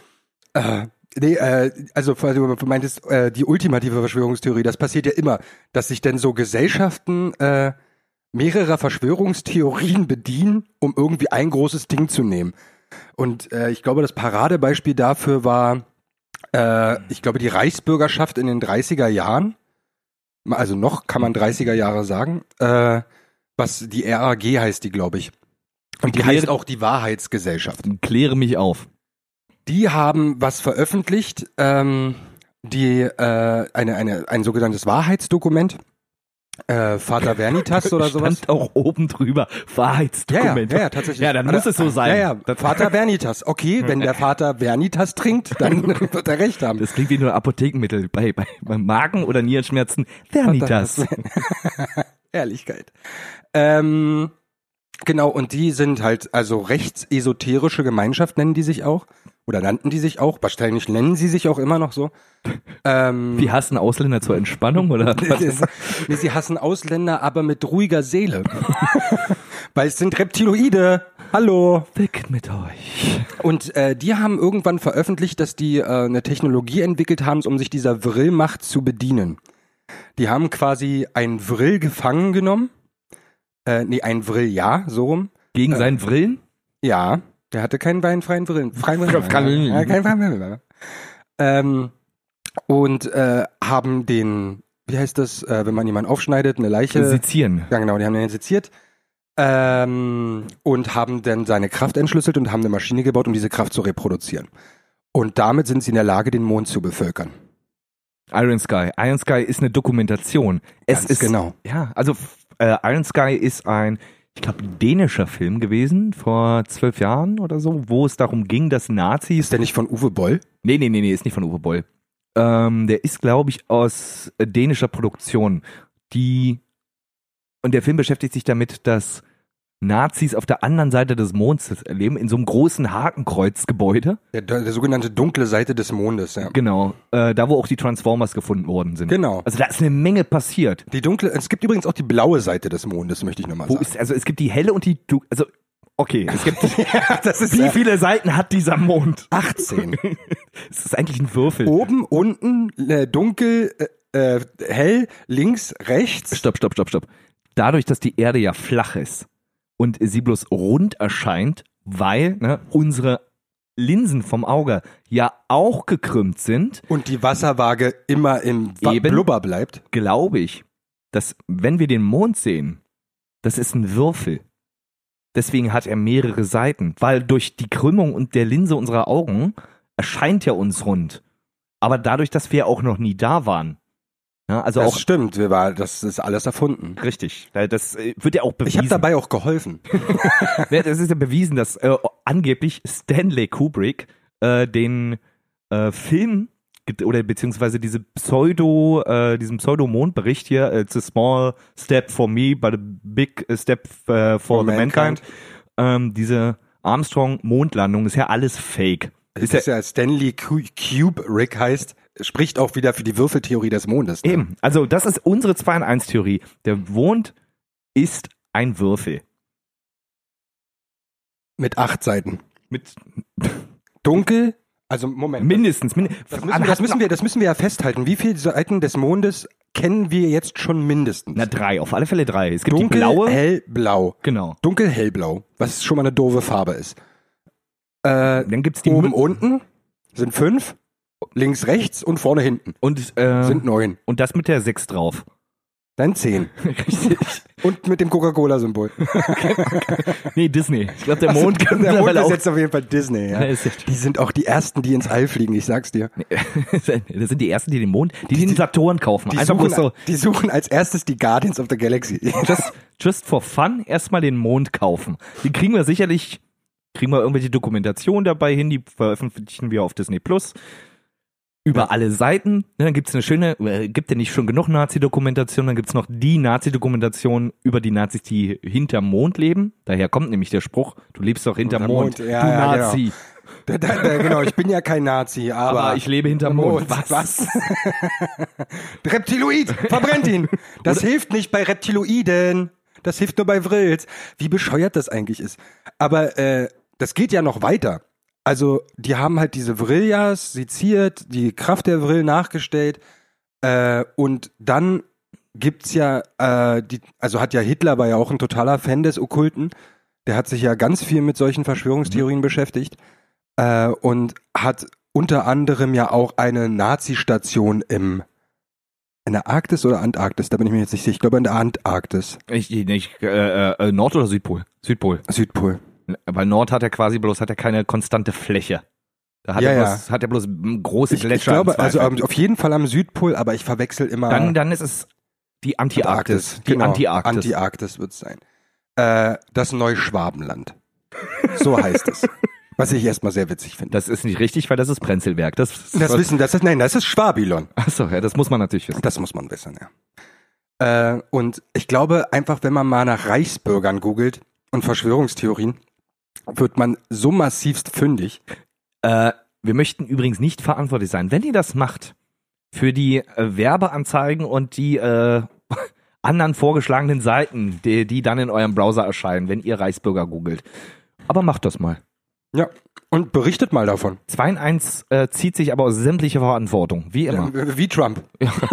Also du meintest, die ultimative Verschwörungstheorie, das passiert ja immer, dass sich denn so Gesellschaften mehrerer Verschwörungstheorien bedienen, um irgendwie ein großes Ding zu nehmen. Und ich glaube, das Paradebeispiel dafür war, ich glaube, die Reichsbürgerschaft in den 30er Jahren, also noch kann man 30er Jahre sagen, was die RAG heißt die, glaube ich. Und die heißt auch die Wahrheitsgesellschaft. Kläre mich auf. Die haben was veröffentlicht, ein sogenanntes Wahrheitsdokument, Vater Veritas oder sowas. Stand auch oben drüber, Wahrheitsdokument. Ja, tatsächlich. Ja, dann muss es so sein. Ja, Vater Veritas. Okay, wenn der Vater Veritas trinkt, dann wird er recht haben. Das klingt wie nur ein Apothekenmittel. Bei Magen- oder Nierenschmerzen, Veritas. Ehrlichkeit. Genau, und die sind halt, also rechtsesoterische Gemeinschaft nennen die sich auch. Oder nannten die sich auch. Wahrscheinlich nennen sie sich auch immer noch so. Wie hassen Ausländer zur Entspannung, oder? Nee, sie hassen Ausländer, aber mit ruhiger Seele. Weil es sind Reptiloide. Hallo. Weg mit euch. Und die haben irgendwann veröffentlicht, dass die eine Technologie entwickelt haben, um sich dieser Vril-Macht zu bedienen. Die haben quasi ein Vril gefangen genommen. Ein Vril, ja, so rum. Gegen seinen Brillen? Ja, der hatte keinen freien Brillen. Und haben den, wie heißt das, wenn man jemanden aufschneidet, eine Leiche. Sezieren. Ja, genau, die haben den seziert. Und haben dann seine Kraft entschlüsselt und haben eine Maschine gebaut, um diese Kraft zu reproduzieren. Und damit sind sie in der Lage, den Mond zu bevölkern. Iron Sky. Iron Sky ist eine Dokumentation. Ganz genau. Ja, also Iron Sky ist ein, ich glaube, dänischer Film gewesen, vor 12 Jahren oder so, wo es darum ging, dass Nazis... Ist der nicht von Uwe Boll? Nee, ist nicht von Uwe Boll. Der ist, glaube ich, aus dänischer Produktion. Und der Film beschäftigt sich damit, dass Nazis auf der anderen Seite des Monds leben, in so einem großen Hakenkreuzgebäude. Der sogenannte dunkle Seite des Mondes, ja. Genau, da wo auch die Transformers gefunden worden sind. Genau. Also da ist eine Menge passiert. Es gibt übrigens auch die blaue Seite des Mondes, möchte ich nochmal sagen. Also es gibt die helle und die okay, es gibt Ja, das ist wie viele Seiten hat dieser Mond? 18. Es ist eigentlich ein Würfel. Oben, unten, dunkel, hell, links, rechts. Stopp. Dadurch, dass die Erde ja flach ist und sie bloß rund erscheint, weil unsere Linsen vom Auge ja auch gekrümmt sind, Und die Wasserwaage immer im Blubber bleibt. glaube ich, dass wenn wir den Mond sehen, das ist ein Würfel. Deswegen hat er mehrere Seiten, weil durch die Krümmung und der Linse unserer Augen erscheint er uns rund. Aber dadurch, dass wir auch noch nie da waren. Ja, also Das auch stimmt, das ist alles erfunden. richtig. Das wird ja auch bewiesen. Ich habe dabei auch geholfen. Das ist ja bewiesen, dass angeblich Stanley Kubrick den Film oder beziehungsweise diesen Pseudo-Mondbericht hier, It's a small step for me, but a big step for the mankind. Diese Armstrong-Mondlandung ist ja alles Fake. Das ist ja Stanley Kubrick heißt, spricht auch wieder für die Würfeltheorie des Mondes. Ne? Eben, also das ist unsere 2-in-1-Theorie. Der Mond ist ein Würfel. Mit 8 Seiten. Mit Dunkel, also Moment. mindestens. Das müssen wir ja festhalten. Wie viele Seiten des Mondes kennen wir jetzt schon mindestens? Na, 3, auf alle Fälle 3. Es gibt Dunkel, die blaue. hellblau. Genau. Dunkel, hellblau, was schon mal eine doofe Farbe ist. Dann gibt's die Oben, unten sind 5, links, rechts und vorne, hinten und sind 9. und das mit der 6 drauf. Dann 10. Richtig. Und mit dem Coca-Cola-Symbol. Nee, Disney. Ich glaube, der Mond kann Der Mond mittlerweile ist auch. jetzt auf jeden Fall Disney. Ja. Ja, ist ja- Die sind auch die Ersten, die ins All fliegen, ich sag's dir. Das sind die ersten, die den Mond, die den Saturn kaufen. Einfach bloß so, Die suchen als erstes die Guardians of the Galaxy. just for fun, erstmal den Mond kaufen. Die kriegen wir irgendwelche Dokumentation dabei hin, die veröffentlichen wir auf Disney Plus. Über alle Seiten. Dann gibt's eine schöne, gibt ja nicht schon genug Nazi-Dokumentation, dann gibt's noch die Nazi-Dokumentation über die Nazis, die hinterm Mond leben. Daher kommt nämlich der Spruch, du lebst doch hinterm Mond, Ja, du ja, Nazi. Genau, ich bin ja kein Nazi, Aber ich lebe hinterm Mond. Was? Reptiloid, verbrennt ihn. Das hilft nicht bei Reptiloiden. Das hilft nur bei Vrills. Wie bescheuert das eigentlich ist. Aber das geht ja noch weiter. Also, die haben halt diese Vrillas seziert, die Kraft der Vrill nachgestellt. Und dann gibt's ja, hat ja Hitler, war ja auch ein totaler Fan des Okkulten. Der hat sich ja ganz viel mit solchen Verschwörungstheorien beschäftigt. Und hat unter anderem ja auch eine Nazi-Station in der Arktis oder Antarktis, da bin ich mir jetzt nicht sicher. Ich glaube in der Antarktis. Nord- oder Südpol? Südpol. Weil Nord hat er keine konstante Fläche. Da hat er bloß große Gletscher. Ich glaube, im also Zweifel. auf jeden Fall am Südpol, aber ich verwechsel immer. Dann ist es die Antarktis. Die Genau, Antarktis. Antarktis wird es sein. Das Neuschwabenland. So heißt es. Was ich erstmal sehr witzig finde. Das ist nicht richtig, weil das ist Prenzlberg. Das ist Schwabilon. Achso, ja, das muss man natürlich wissen. Das muss man wissen, ja. Und ich glaube einfach, wenn man mal nach Reichsbürgern googelt und Verschwörungstheorien, wird man so massivst fündig. Wir möchten übrigens nicht verantwortlich sein. Wenn ihr das macht, für die Werbeanzeigen und die anderen vorgeschlagenen Seiten, die dann in eurem Browser erscheinen, wenn ihr Reichsbürger googelt. Aber macht das mal. Ja, und berichtet mal davon. 2 in 1 zieht sich aber aus sämtlicher Verantwortung, wie immer. Wie Trump.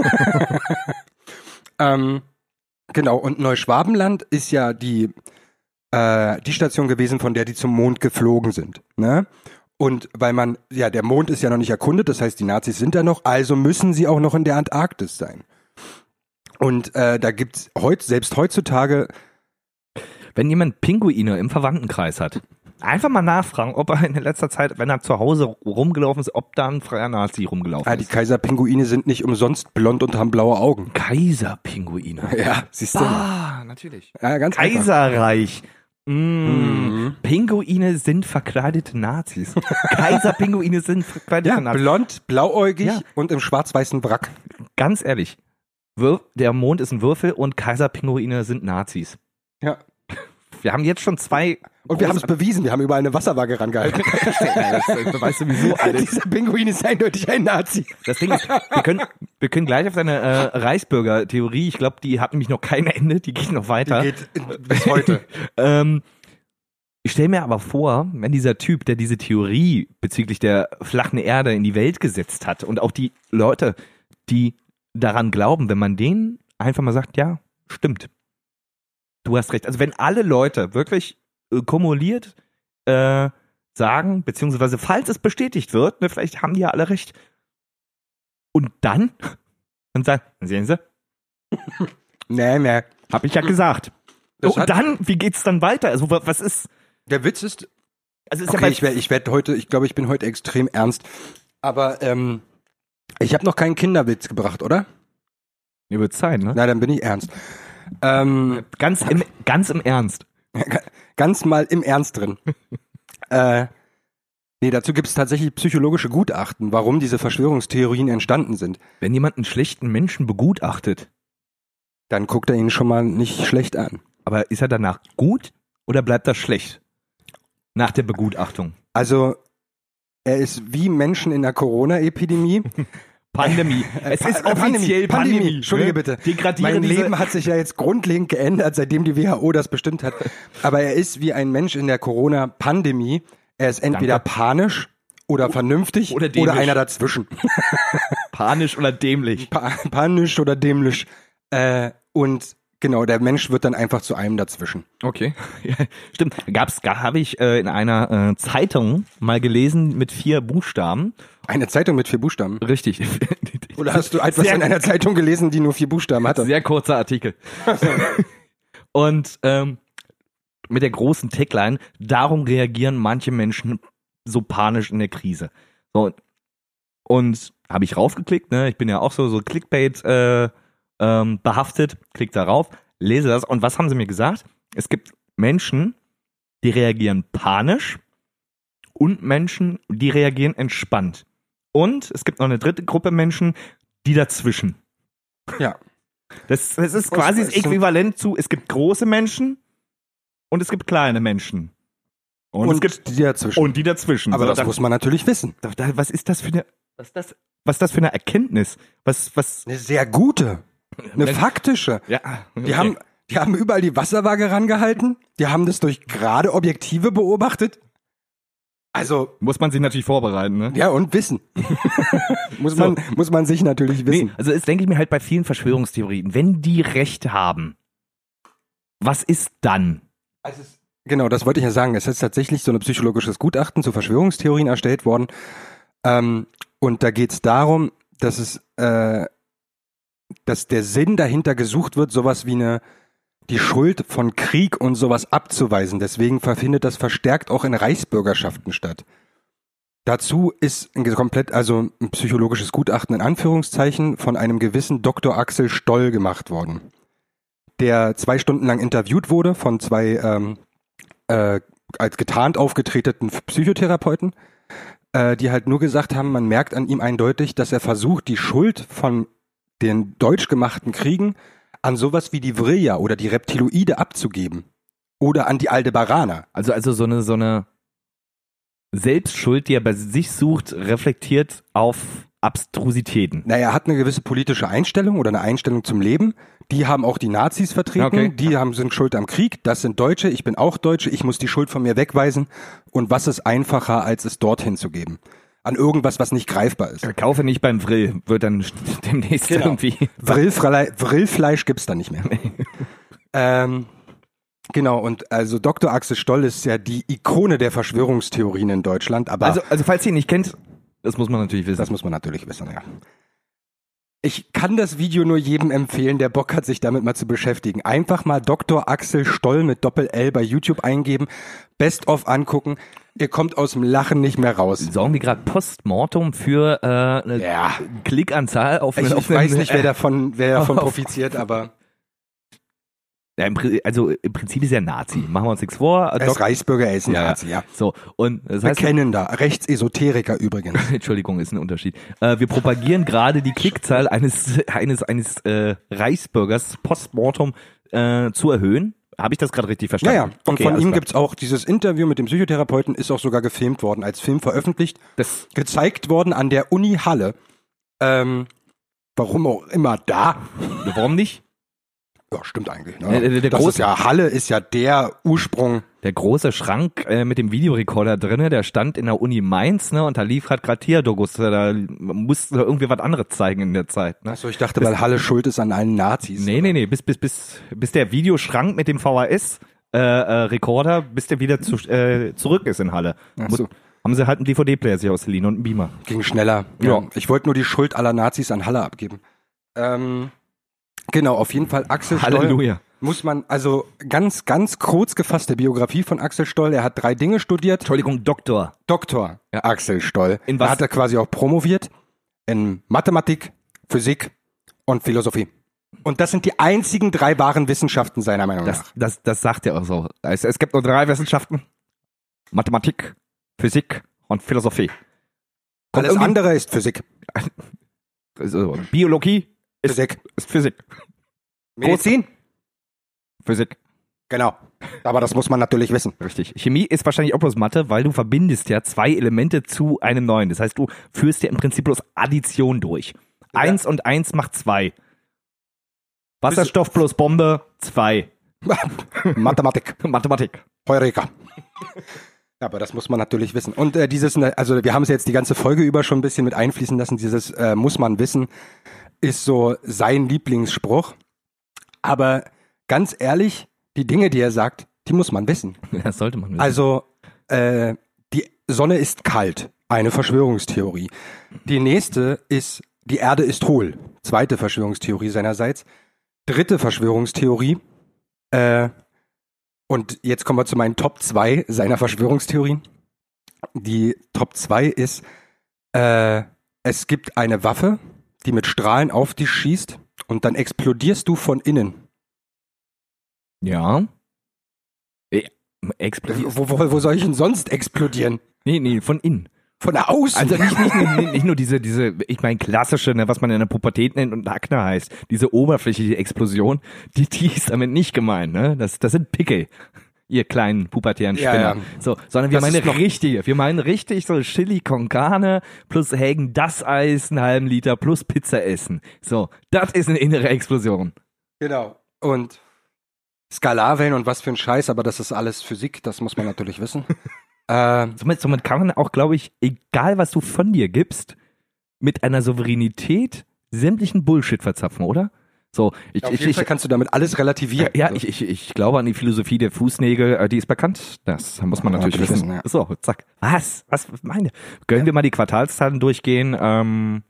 Genau, und Neuschwabenland ist ja die Station gewesen, von der die zum Mond geflogen sind. Ne? Und weil der Mond ist ja noch nicht erkundet, das heißt, die Nazis sind da noch, also müssen sie auch noch in der Antarktis sein. Und da gibt's selbst heutzutage. Wenn jemand Pinguine im Verwandtenkreis hat, einfach mal nachfragen, ob er in letzter Zeit, wenn er zu Hause rumgelaufen ist, ob da ein freier Nazi rumgelaufen Die ist. Kaiserpinguine sind nicht umsonst blond und haben blaue Augen. Kaiserpinguine. Ja, siehst du. Natürlich. Ja, ganz einfach. Kaiserreich. Pinguine sind verkleidete Nazis. Kaiserpinguine sind verkleidete Ja, Nazis. blond, blauäugig Ja. und im schwarz-weißen Wrack. Ganz ehrlich. Der Mond ist ein Würfel und Kaiserpinguine sind Nazis. Ja. Wir haben jetzt schon 2. Und wir haben es bewiesen, wir haben überall eine Wasserwaage rangehalten. Das beweist sowieso alles. Dieser Pinguin ist eindeutig ein Nazi. Das Ding ist, wir können gleich auf deine Reichsbürger-Theorie, ich glaube, die hat nämlich noch kein Ende, die geht noch weiter. Die geht bis heute. Ich stelle mir aber vor, wenn dieser Typ, der diese Theorie bezüglich der flachen Erde in die Welt gesetzt hat und auch die Leute, die daran glauben, wenn man denen einfach mal sagt, ja, stimmt. Du hast recht. Also wenn alle Leute wirklich kumuliert sagen, beziehungsweise falls es bestätigt wird, ne, vielleicht haben die ja alle recht. Und dann sagen, sehen Sie, Nee. hab ich ja gesagt. Das Und dann, wie geht's dann weiter? Also was ist? Der Witz ist, Also ist okay, ich glaube, ich bin heute extrem ernst. Aber ich habe noch keinen Kinderwitz gebracht, oder? Mir wird Zeit, ne? Na, dann bin ich ernst. Ganz im Ernst. Ganz mal im Ernst drin. Nee, dazu gibt es tatsächlich psychologische Gutachten, warum diese Verschwörungstheorien entstanden sind. Wenn jemand einen schlechten Menschen begutachtet, Dann guckt er ihn schon mal nicht schlecht an. aber ist er danach gut oder bleibt er schlecht? Nach der Begutachtung. Also, er ist wie Menschen in der Corona-Epidemie. Pandemie. Es ist offiziell Pandemie. Entschuldige bitte. Degradieren mein diese- Leben hat sich ja jetzt grundlegend geändert, seitdem die WHO das bestimmt hat. Aber er ist wie ein Mensch in der Corona-Pandemie. Er ist entweder panisch oder vernünftig Oder dämlich. oder einer dazwischen. Panisch oder dämlich. Panisch oder dämlich. Und genau, der Mensch wird dann einfach zu einem dazwischen. Okay, ja, stimmt. Habe ich in einer Zeitung mal gelesen mit 4 Buchstaben. Eine Zeitung mit 4 Buchstaben. Richtig. Oder hast du etwas in einer Zeitung gelesen, die nur 4 Buchstaben hatte? Sehr kurzer Artikel. Und mit der großen Tagline, darum reagieren manche Menschen so panisch in der Krise. So, und habe ich raufgeklickt, ne? Ich bin ja auch so Clickbait behaftet, klick darauf, lese das und was haben sie mir gesagt? Es gibt Menschen, die reagieren panisch und Menschen, die reagieren entspannt. Und es gibt noch eine dritte Gruppe Menschen, die dazwischen. Ja. Das ist quasi das Äquivalent zu, es gibt große Menschen und es gibt kleine Menschen. Und es gibt die dazwischen. und die dazwischen. Aber So, das muss man natürlich wissen. was ist das für eine, was ist das für eine Erkenntnis? Was? Eine sehr gute. Eine faktische. Ja. Die haben überall die Wasserwaage rangehalten. Die haben das durch gerade Objektive beobachtet. Also, Muss man sich natürlich vorbereiten, ne? ja, und wissen. muss man sich natürlich wissen. Nee, also das denke ich mir halt bei vielen Verschwörungstheorien. Wenn die Recht haben, was ist dann? Genau, das wollte ich ja sagen. Es ist tatsächlich so ein psychologisches Gutachten zu Verschwörungstheorien erstellt worden. Und da geht es darum, dass der Sinn dahinter gesucht wird, sowas wie die Schuld von Krieg und sowas abzuweisen. Deswegen findet das verstärkt auch in Reichsbürgerschaften statt. Dazu ist ein psychologisches Gutachten in Anführungszeichen von einem gewissen Dr. Axel Stoll gemacht worden, der 2 Stunden lang interviewt wurde von 2 als getarnt aufgetretenen Psychotherapeuten, die halt nur gesagt haben, man merkt an ihm eindeutig, dass er versucht, die Schuld von den deutsch gemachten Kriegen an sowas wie die Vrija oder die Reptiloide abzugeben. Oder an die Aldebaraner. Also so eine Selbstschuld, die er bei sich sucht, reflektiert auf Abstrusitäten. Naja, er hat eine gewisse politische Einstellung oder eine Einstellung zum Leben. Die haben auch die Nazis vertreten. Okay. Die sind schuld am Krieg. Das sind Deutsche. Ich bin auch Deutsche. Ich muss die Schuld von mir wegweisen. Und was ist einfacher, als es dorthin zu geben? An irgendwas, was nicht greifbar ist. Kaufe nicht beim Vrill, wird dann demnächst irgendwie. Vrillfleisch gibt's da nicht mehr. Genau, und also Dr. Axel Stoll ist ja die Ikone der Verschwörungstheorien in Deutschland. Aber Also falls ihr ihn nicht kennt, das muss man natürlich wissen. das muss man natürlich wissen, ja. Ich kann das Video nur jedem empfehlen, der Bock hat, sich damit mal zu beschäftigen. Einfach mal Dr. Axel Stoll mit Doppel-L bei YouTube eingeben, Best-of angucken. Ihr kommt aus dem Lachen nicht mehr raus. Sorgen wir gerade Postmortem für eine Klickanzahl auf Ich auf weiß nicht, wer davon profitiert, aber Ja, im Prinzip ist er Nazi. Machen wir uns nichts vor. er ist Reichsbürger, er ist ein Nazi, ja. So, und das heißt, Bekennender, Rechtsesoteriker übrigens. Entschuldigung, ist ein Unterschied. Wir propagieren gerade die Klickzahl eines Reichsbürgers Postmortem zu erhöhen. Habe ich das gerade richtig Ja, verstanden? ja. Und Okay, von alles ihm klar. gibt's auch dieses Interview mit dem Psychotherapeuten, ist auch sogar gefilmt worden, als Film veröffentlicht, gezeigt worden an der Uni Halle. Warum auch immer da. Warum nicht? Ja, stimmt eigentlich. Ne? Der Das große- ist ja, Halle ist ja der Ursprung. Der große Schrank mit dem Videorekorder drinne, der stand in der Uni Mainz, ne, und da lief halt gerade Tier-Dokus. Da mussten wir irgendwie was anderes zeigen in der Zeit. Ne? Achso, ich dachte, weil Halle schuld ist an allen Nazis. Nee, bis der Videoschrank mit dem VHS-Rekorder, bis der wieder zurück ist in Halle. Ach so. Haben sie halt einen DVD-Player sich ausgeliehen und einen Beamer. Ging schneller. Ja. Ich wollte nur die Schuld aller Nazis an Halle abgeben. Genau, auf jeden Fall Axel Stoll. Halleluja. Muss man, also ganz, ganz kurz gefasst, der Biografie von Axel Stoll. Er hat 3 Dinge studiert. Entschuldigung, Doktor. Doktor Axel Stoll. In was? Da hat er quasi auch promoviert. In Mathematik, Physik und Philosophie. Und das sind die einzigen 3 wahren Wissenschaften seiner Meinung nach. Das sagt er auch so. Es gibt nur 3 Wissenschaften. Mathematik, Physik und Philosophie. Kommt Alles irgendwie- andere ist Physik. Also, Biologie ist Physik. Medizin? Physik. Genau. Aber das muss man natürlich wissen. Richtig. Chemie ist wahrscheinlich auch bloß Mathe, weil du verbindest ja 2 Elemente zu einem neuen. Das heißt, du führst ja im Prinzip bloß Addition durch. 1 und 1 macht 2. Wasserstoff plus Bombe, 2. Mathematik. Mathematik. Heureka. Ja, aber das muss man natürlich wissen. Und also wir haben es jetzt die ganze Folge über schon ein bisschen mit einfließen lassen, dieses muss man wissen, ist so sein Lieblingsspruch. Aber ganz ehrlich, die Dinge, die er sagt, die muss man wissen. Das sollte man wissen. Also, die Sonne ist kalt. Eine Verschwörungstheorie. Die nächste ist, die Erde ist hohl. Zweite Verschwörungstheorie seinerseits. Dritte Verschwörungstheorie. Und jetzt kommen wir zu meinen Top 2 seiner Verschwörungstheorien. Die Top 2 ist, es gibt eine Waffe, die mit Strahlen auf dich schießt und dann explodierst du von innen. Ja. Wo soll ich denn sonst explodieren? Nee, von innen. Von außen? Also nicht nur diese, ich meine, klassische, ne, was man in der Pubertät nennt und Akne heißt, diese oberflächliche Explosion, die ist damit nicht gemeint, ne? Das sind Pickel, ihr kleinen pubertären Spinner. Ja. So, sondern wir meinen richtig so Chili con Carne plus Hägen das Eis, einen halben Liter plus Pizza essen. So, das ist eine innere Explosion. Genau. Und Skalarwellen und was für ein Scheiß, aber das ist alles Physik, das muss man natürlich wissen. Somit kann man auch, glaube ich, egal was du von dir gibst, mit einer Souveränität sämtlichen Bullshit verzapfen, oder? So, auf jeden Fall kannst du damit alles relativieren. Ja, ich glaube an die Philosophie der Fußnägel, die ist bekannt. Das muss man natürlich wissen. Ja. So, zack. Was meine? Können wir mal die Quartalszahlen durchgehen?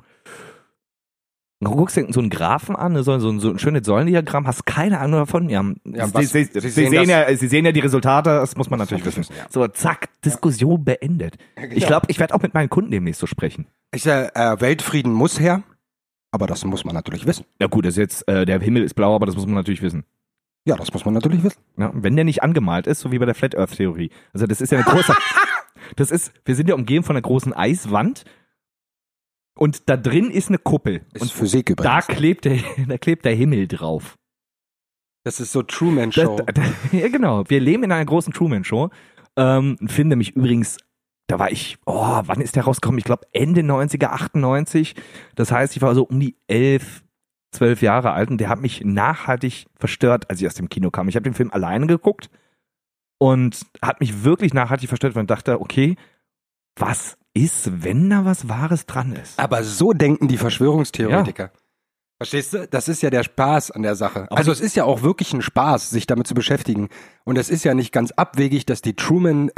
Du guckst dir so einen Graphen an, so ein schönes Säulendiagramm, hast keine Ahnung davon. Sie sehen ja die Resultate, das muss man natürlich wissen. Ja. So, zack, Diskussion beendet. Ja, genau. Ich glaube, ich werde auch mit meinen Kunden demnächst so sprechen. Ich sage, Weltfrieden muss her, aber das muss man natürlich wissen. Ja gut, das ist jetzt, der Himmel ist blau, aber das muss man natürlich wissen. Ja, das muss man natürlich wissen. Ja, wenn der nicht angemalt ist, so wie bei der Flat Earth Theorie. Also das ist ja eine große, wir sind ja umgeben von einer großen Eiswand. Und da drin ist eine Kuppel. Ist und Physik übrigens. Da klebt der Himmel drauf. Das ist so Truman Show. Ja, genau. Wir leben in einer großen Truman Show. Finde mich übrigens, da war ich, wann ist der rausgekommen? Ich glaube Ende 90er, 98. Das heißt, ich war so um die 11, 12 Jahre alt und der hat mich nachhaltig verstört, als ich aus dem Kino kam. Ich habe den Film alleine geguckt und hat mich wirklich nachhaltig verstört, weil ich dachte, okay, was ist, wenn da was Wahres dran ist? Aber so denken die Verschwörungstheoretiker. Ja. Verstehst du? Das ist ja der Spaß an der Sache. Also es ist ja auch wirklich ein Spaß, sich damit zu beschäftigen. Und es ist ja nicht ganz abwegig, dass die Truman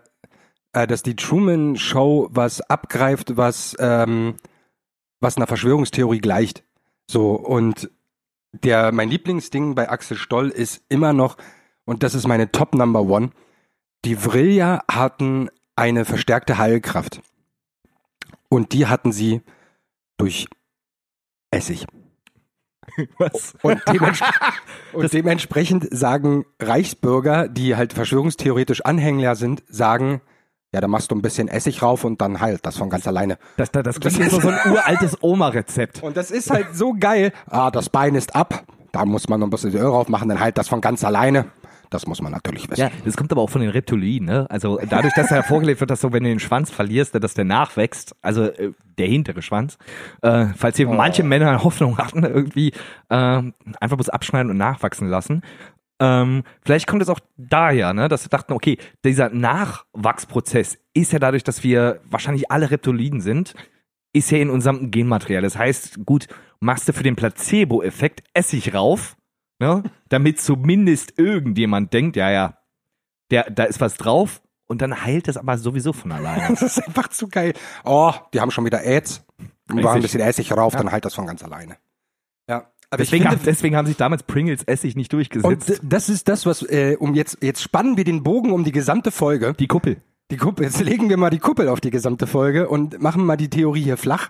Show was abgreift, was einer Verschwörungstheorie gleicht. So, und mein Lieblingsding bei Axel Stoll ist immer noch, und das ist meine Top Number One, die Vrillja hatten eine verstärkte Heilkraft. Und die hatten sie durch Essig. Was? Und dementsprechend sagen Reichsbürger, die halt verschwörungstheoretisch Anhänger sind, sagen, ja, da machst du ein bisschen Essig rauf und dann heilt das von ganz alleine. Das klingt so ein uraltes Oma-Rezept. Und das ist halt so geil. Das Bein ist ab, da muss man noch ein bisschen Öl drauf machen, dann heilt das von ganz alleine. Das muss man natürlich wissen. Ja, das kommt aber auch von den Reptilien, ne? Also dadurch, dass ja hervorgelebt wird, dass so, wenn du den Schwanz verlierst, dass der nachwächst, also der hintere Schwanz, falls hier manche Männer Hoffnung hatten, irgendwie einfach bloß abschneiden und nachwachsen lassen. Vielleicht kommt es auch daher, ne, dass wir dachten, okay, dieser Nachwachsprozess ist ja dadurch, dass wir wahrscheinlich alle Reptiliden sind, ist ja in unserem Genmaterial. Das heißt, gut, machst du für den Placebo-Effekt Essig rauf, ne, damit zumindest irgendjemand denkt, da ist was drauf und dann heilt das aber sowieso von alleine. Das ist einfach zu geil. Oh, die haben schon wieder AIDS. Und machen ein bisschen Essig rauf, dann heilt das von ganz alleine. Ja. Aber deswegen haben sich damals Pringles Essig nicht durchgesetzt. Und das ist das, was, jetzt spannen wir den Bogen um die gesamte Folge. Die Kuppel. Jetzt legen wir mal die Kuppel auf die gesamte Folge und machen mal die Theorie hier flach,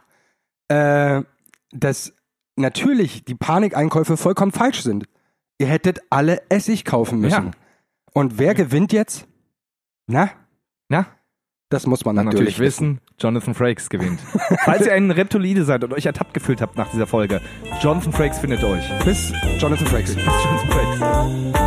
dass natürlich die Panikeinkäufe vollkommen falsch sind. Ihr hättet alle Essig kaufen müssen. Ja. Und wer gewinnt jetzt? Na? Das muss man natürlich wissen. Jonathan Frakes gewinnt. Falls ihr ein Reptilide seid und euch ertappt gefühlt habt nach dieser Folge, Jonathan Frakes findet euch. Bis Jonathan Frakes.